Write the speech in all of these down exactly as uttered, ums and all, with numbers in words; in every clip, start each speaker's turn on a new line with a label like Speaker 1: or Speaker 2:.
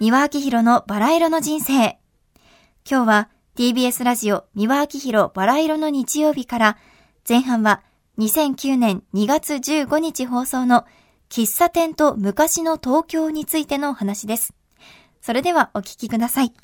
Speaker 1: 三輪明宏のバラ色の人生。今日は ティービーエス ラジオ三輪明宏バラ色の日曜日から、前半はにせんきゅうねんにがつじゅうごにち放送の喫茶店と昔の東京についてのお話です。それではお聞きください。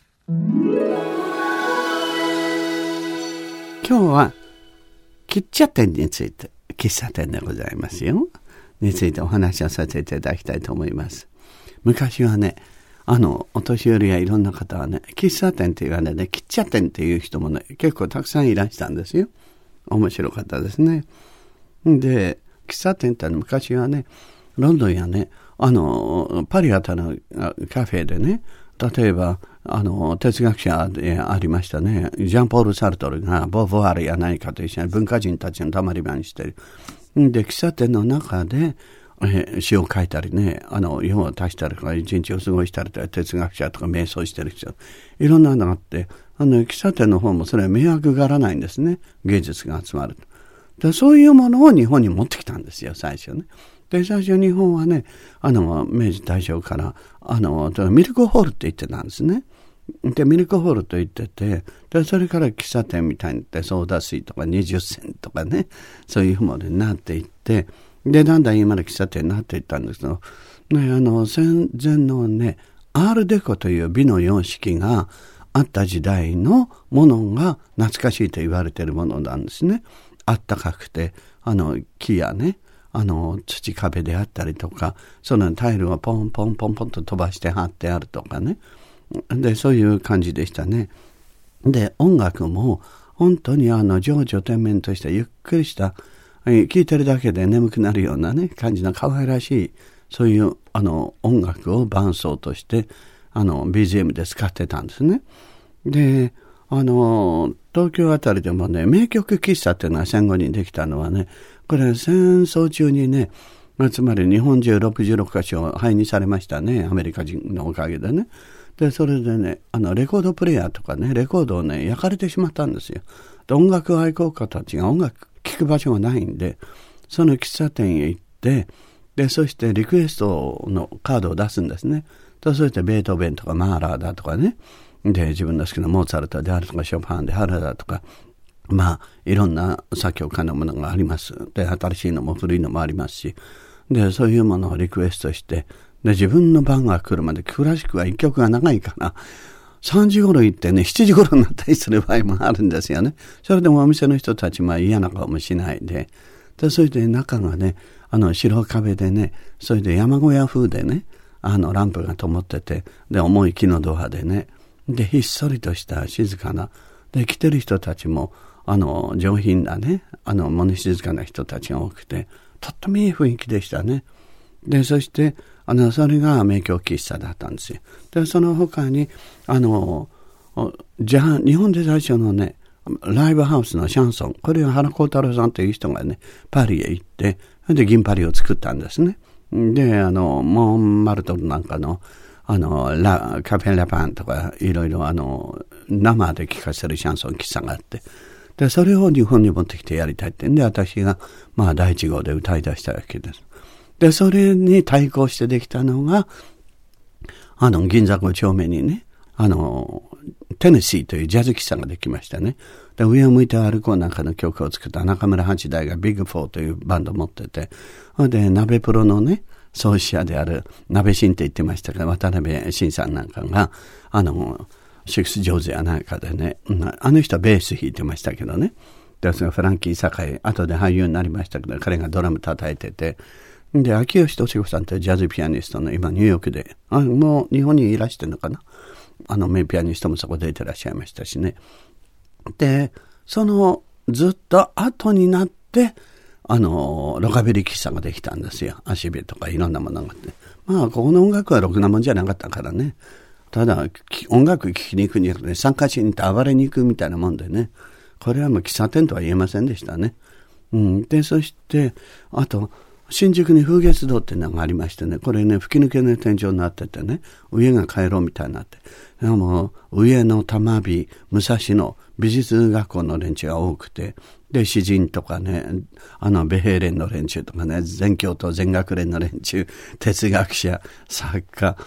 Speaker 2: 今日は喫茶店について、喫茶店でございますよについてお話をさせていただきたいと思います。昔はね、あのお年寄りやいろんな方はね、喫茶店って言われて、喫茶店っていう人もね、結構たくさんいらしたんですよ。面白かったですね。で、喫茶店って昔はね、ロンドンやね、あのパリあたりのカフェでね、例えばあの哲学者でありましたね、ジャンポール・サルトルがボーヴォワールや何かと一緒に文化人たちのたまり場にしてる。で、喫茶店の中で、えー、詩を書いたりね、あの用を足したりとか一日を過ごしたりとか、哲学者とか瞑想してる人、いろんなのがあって、あの喫茶店の方もそれは迷惑がらないんですね、芸術が集まると。で、そういうものを日本に持ってきたんですよ、最初ね。で、最初日本はね、あの明治大正からあのミルクホールって言ってたんですね。で、ミルクホールと言ってて、でそれから喫茶店みたいにってソーダ水とかにじゅっせんとかね、そういうものになっていって、でだんだん今の喫茶店になっていったんですけど、ね、あの戦前のね、アールデコという美の様式があった時代のものが懐かしいと言われているものなんですね。あったかくて、あの木やね、あの土壁であったりとか、そのタイルをポンポンポンポンと飛ばして貼ってあるとかね。で、そういう感じでしたね。で、音楽も本当にあの情緒天然としたゆっくりした、聴いてるだけで眠くなるようなね、感じの可愛らしい、そういうあの音楽を伴奏としてあの ビージーエム で使ってたんですね。で、あの東京あたりでもね、名曲喫茶っていうのが戦後にできたのはね、これ戦争中にね、つまり日本中ろくじゅうろくかしょ灰にされましたね、アメリカ人のおかげでね。で、それでね、あのレコードプレイヤーとかね、レコードをね、焼かれてしまったんですよ。で、音楽愛好家たちが音楽聴く場所がないんで、その喫茶店へ行って、で、そしてリクエストのカードを出すんですね。で、そしてベートーベンとかマーラーだとかね、で、自分の好きなモーツァルトであるとか、ショパンであるだとか、まあ、いろんな作曲家のものがあります。で、新しいのも古いのもありますし、で、そういうものをリクエストして、で、自分の番が来るまで、クラシックはいっきょくが長いから、さんじ頃行ってね、しちじ頃になったりする場合もあるんですよね。それでもお店の人たち、まあ嫌な顔もしないで、で、それで中がね、あの、白壁でね、それで山小屋風でね、あの、ランプが灯ってて、で、重い木のドアでね、で、ひっそりとした静かな、で、来てる人たちも、あの上品なね、あの物静かな人たちが多くて、とってもいい雰囲気でしたね。で、そしてあのそれが名曲喫茶だったんですよ。で、その他にあのじゃあ日本で最初のね、ライブハウスのシャンソン、これは原幸太郎さんという人がね、パリへ行って、で銀パリを作ったんですね。で、あのモンマルトルなんかのあのラカフェラパンとかいろいろあの生で聴かせるシャンソン喫茶があって、で、それを日本に持ってきてやりたいってんで、私が、まあ、第一号で歌い出したわけです。で、それに対抗してできたのが、あの、銀座ご丁目にね、あの、テネシーというジャズ喫茶ができましたね。で、上を向いて歩こうなんかの曲を作った中村八大がビッグフォーというバンドを持ってて、で、鍋プロのね、創始者である、鍋新って言ってましたけど、渡辺新さんなんかが、あの、シックス上手やなんかでね、あの人はベース弾いてましたけどね。で、そのフランキー堺、後で俳優になりましたけど、彼がドラム叩いてて、で、秋吉敏子さんというジャズピアニストの今ニューヨークで、あ、もう日本にいらしてるのかな。あの名ピアニストもそこで出てらっしゃいましたしね。で、そのずっと後になって、あの、ロカビリー喫茶ができたんですよ。足部とかいろんなものがあって。まあ、ここの音楽はろくなもんじゃなかったからね。ただ音楽聴きに行くんじゃなくて参加しに行って暴れに行くみたいなもんでね、これはもう喫茶店とは言えませんでしたね。うん、で、そしてあと新宿に風月堂っていうのがありましてね、これね、吹き抜けの天井になっててね、上が回廊みたいになって、でも上の玉美、武蔵野美術学校の連中が多くて、で、詩人とかね、あの、ベヘーレンの連中とかね、全教と全学連の連中、哲学者、作家、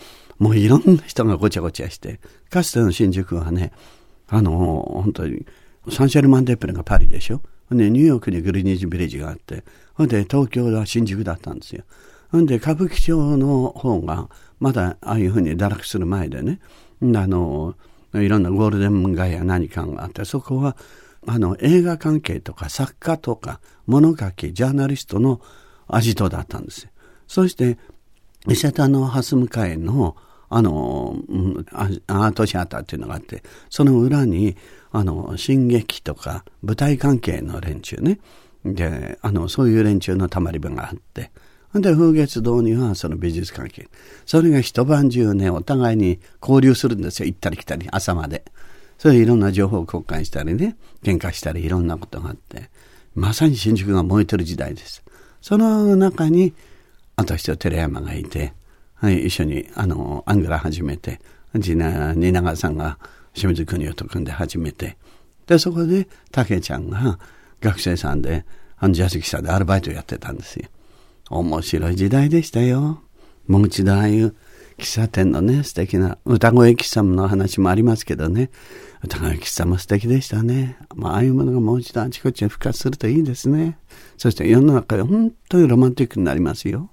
Speaker 2: もういろんな人がごちゃごちゃして、かつての新宿はね、あの、本当に、サンシェルマンデープルがパリでしょ。で、ニューヨークにグリニージビレッジがあって、ほんで、東京は新宿だったんですよ。ほんで、歌舞伎町の方が、まだああいうふうに堕落する前でね、あの、いろんなゴールデン街や何かがあって、そこは、あの、映画関係とか作家とか物書き、ジャーナリストのアジトだったんですよ。そして、伊勢丹の蓮向かいの、あの、アートシアターっていうのがあって、その裏に、あの、新劇とか舞台関係の連中ね。で、あの、そういう連中のたまり場があって、で、風月堂にはその美術関係。それが一晩中ね、お互いに交流するんですよ。行ったり来たり、朝まで。それでいろんな情報を交換したりね、喧嘩したりいろんなことがあって、まさに新宿が燃えてる時代です。その中に、私と寺山がいて、はい、一緒に、あの、アングラ始めて、次男、蜷川さんが清水邦夫と組んで始めて、で、そこで、竹ちゃんが学生さんで、あの、ジャズ喫茶でアルバイトやってたんですよ。面白い時代でしたよ。もう一度ああいう喫茶店のね、素敵な歌声喫茶の話もありますけどね、歌声喫茶も素敵でしたね。まあ、ああいうものがもう一度あちこちに復活するといいですね。そして世の中で本当にロマンティックになりますよ。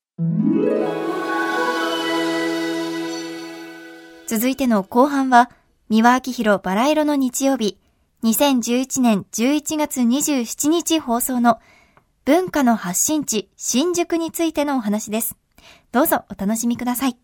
Speaker 1: 続いての後半は、三輪明宏バラ色の日曜日、にせんじゅういちねんじゅういちがつにじゅうしちにち放送の文化の発信地、新宿についてのお話です。どうぞお楽しみください。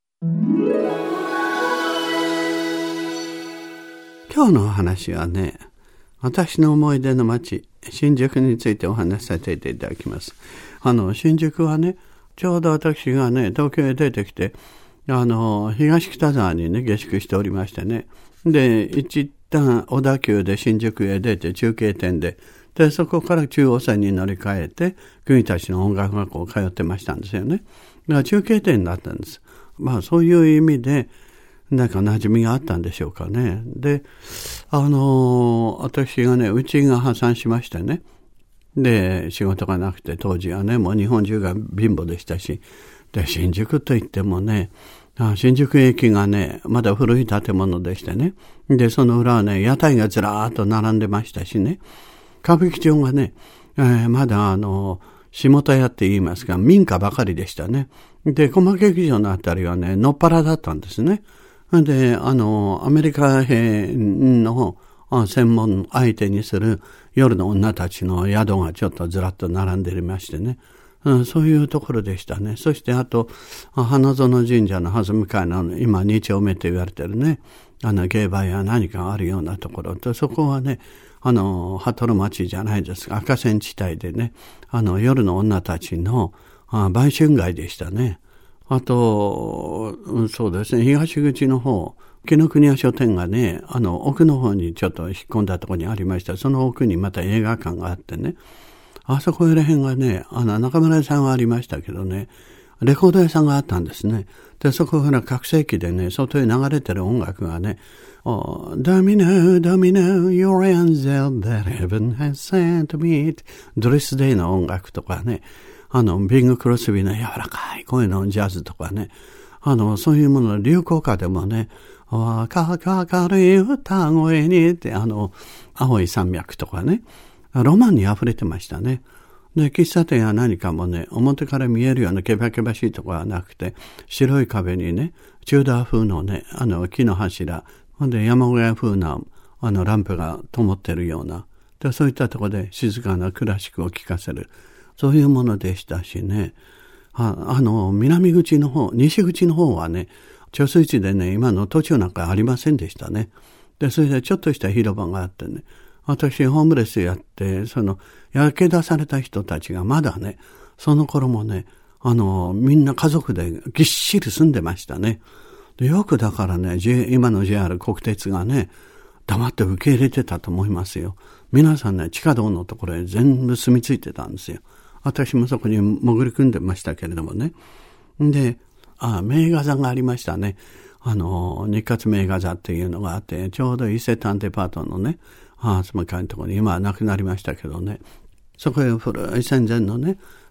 Speaker 2: 今日のお話はね、私の思い出の街、新宿についてお話しさせていただきます。あの、新宿はね、ちょうど私がね、東京へ出てきて、あの、東北沢にね、下宿しておりましてね。で、一旦小田急で新宿へ出て中継点で、で、そこから中央線に乗り換えて、国立の音楽学校通ってましたんですよね。だから中継点だったんです。まあそういう意味で、なんか馴染みがあったんでしょうかね。で、あのー、私がね、うちが破産しましてね。で、仕事がなくて、当時はね、もう日本中が貧乏でしたし、で、新宿といってもね、新宿駅がね、まだ古い建物でしてね。で、その裏はね、屋台がずらーっと並んでましたしね。歌舞伎町がね、えー、まだあの、下田屋って言いますが、民家ばかりでしたね。で、小間劇場のあたりはね、のっぱらだったんですね。で、あの、アメリカ兵の専門相手にする夜の女たちの宿がちょっとずらっと並んでいましてね。うん、そういうところでしたね。そしてあと、花園神社のはず向かいの今に丁目と言われてるね、あの芸場や何かあるようなところと、そこはね、あの、鳩の町じゃないですが、赤線地帯でね、あの夜の女たちのあ売春街でしたね。あと、そうですね、東口の方、紀ノ国屋書店がね、あの奥の方にちょっと引っ込んだところにありました。その奥にまた映画館があってね、あそこら辺がね、あの中村屋さんはありましたけどね、レコード屋さんがあったんですね。で、そこから拡声器でね、外へ流れてる音楽がね、oh, Domino, Domino, your angel that heaven has sent me. ドレスデイの音楽とかね、あの、ビング・クロスビーの柔らかい声のジャズとかね、あの、そういうものの流行歌でもね、若かるい歌声にって、あの、青い山脈とかね、ロマンに溢れてましたね。で、喫茶店や何かもね、表から見えるようなケバケバしいところはなくて、白い壁にね、チューダー風のね、あの、木の柱、ほんで山小屋風な、あの、ランプが灯ってるような、で、そういったところで静かなクラシックを聴かせる、そういうものでしたしね。あ, あの、南口の方、西口の方はね、貯水池でね、今の途中なんかありませんでしたね。で、それでちょっとした広場があってね、私、ホームレスやって、その、焼け出された人たちがまだね、その頃もね、あの、みんな家族でぎっしり住んでましたね。で、よくだからね、J、今の ジェイアール 国鉄がね、黙って受け入れてたと思いますよ。皆さんね、地下道のところへ全部住み着いてたんですよ。私もそこに潜り込んでましたけれどもね。で、あ、名画座がありましたね。あの、日活名画座っていうのがあって、ちょうど伊勢丹デパートのね、ああ、その会のところに今はなくなりましたけどね。そこへ古い戦前のね、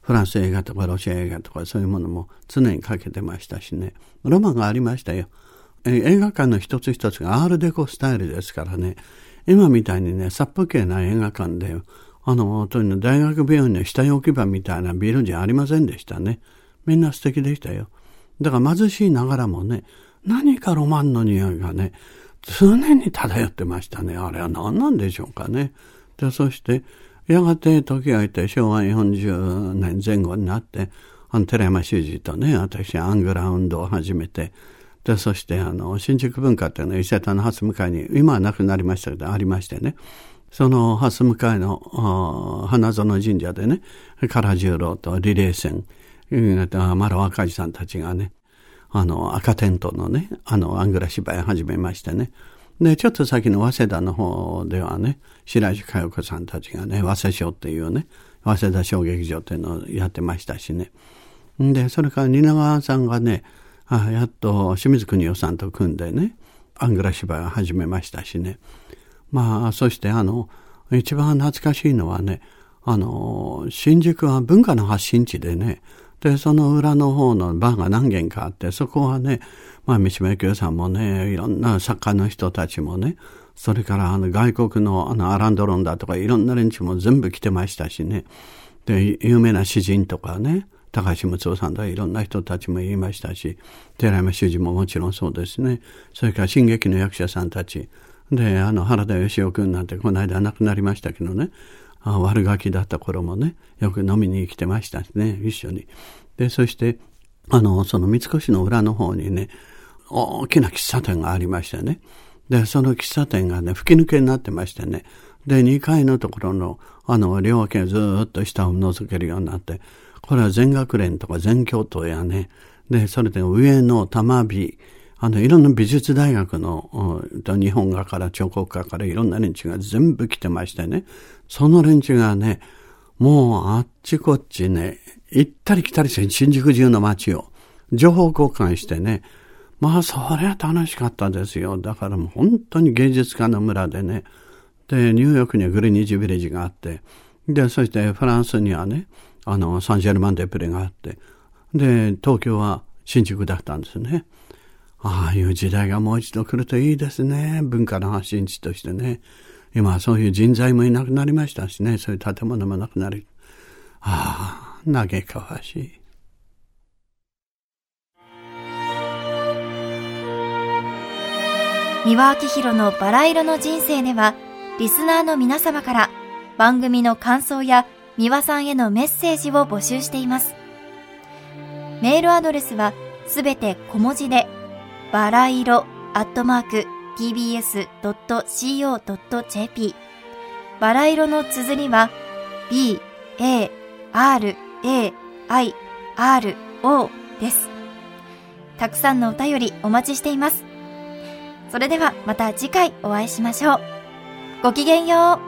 Speaker 2: フランス映画とかロシア映画とかそういうものも常にかけてましたしね。ロマンがありましたよ。映画館の一つ一つがアールデコスタイルですからね。今みたいにね、殺風景な映画館で、あの、とにかく大学病院の下置き場みたいなビルじゃありませんでしたね。みんな素敵でしたよ。だから貧しいながらもね、何かロマンの匂いがね、常に漂ってましたね。あれは何なんでしょうかね。で、そして、やがて時が経ってしょうわよんじゅうねんぜん後になって、あの、寺山修司とね、私、アングラ運動を始めて、で、そして、あの、新宿文化っていうのは伊勢丹の初向かいに、今はなくなりましたけど、ありましてね。その初向かいの、花園神社でね、唐十郎とリレー戦、丸若いさんたちがね、あの、赤テントのね、あの、アングラ芝居を始めましてね。で、ちょっと先の早稲田の方ではね、白石佳代子さんたちがね、早稲小っていうね、早稲田小劇場っていうのをやってましたしね。で、それから蜷川さんがね、あやっと清水邦夫さんと組んでね、アングラ芝居を始めましたしね。まあ、そしてあの、一番懐かしいのはね、あの、新宿は文化の発信地でね、で、その裏の方のバーが何軒かあって、そこはね、まあ、三島由紀夫さんもね、いろんな作家の人たちもね、それからあの外国のあのアランドロンだとかいろんな連中も全部来てましたしね。で、有名な詩人とかね、高橋睦夫さんとかいろんな人たちも言いましたし、寺山修司ももちろんそうですね。それから新劇の役者さんたち。で、あの原田芳雄君なんてこの間亡くなりましたけどね、あ悪ガキだった頃もね、よく飲みに来てましたしね、一緒に。で、そして、あの、その三越の裏の方にね、大きな喫茶店がありましてね。で、その喫茶店がね、吹き抜けになってましてね。で、にかいのところの、あの、両脇がずーっと下を覗けるようになって、これは全学連とか全教頭やね。で、それで上の玉美、あの、いろんな美術大学の、日本画から彫刻家からいろんな連中が全部来てましてね。その連中がね、もうあっちこっちね、行ったり来たりして新宿中の街を情報交換してね、まあそれは楽しかったですよ。だからもう本当に芸術家の村でね、でニューヨークにはグリニッジビレッジがあって、でそしてフランスにはね、あのサンジェルマンデプレがあって、で東京は新宿だったんですね。ああいう時代がもう一度来るといいですね。文化の発信地としてね。今はそういう人材もいなくなりましたしね、そういう建物もなくなり、ああ、嘆かわしい。
Speaker 1: 三輪明宏のバラ色の人生では、リスナーの皆様から番組の感想や三輪さんへのメッセージを募集しています。メールアドレスはすべて小文字で、バラ色アットマーク ティービーエスドットシーオードットジェーピー。バラ色の綴りは B、A、R、A、I、R、O です。たくさんのお便りお待ちしています。それではまた次回お会いしましょう。ごきげんよう。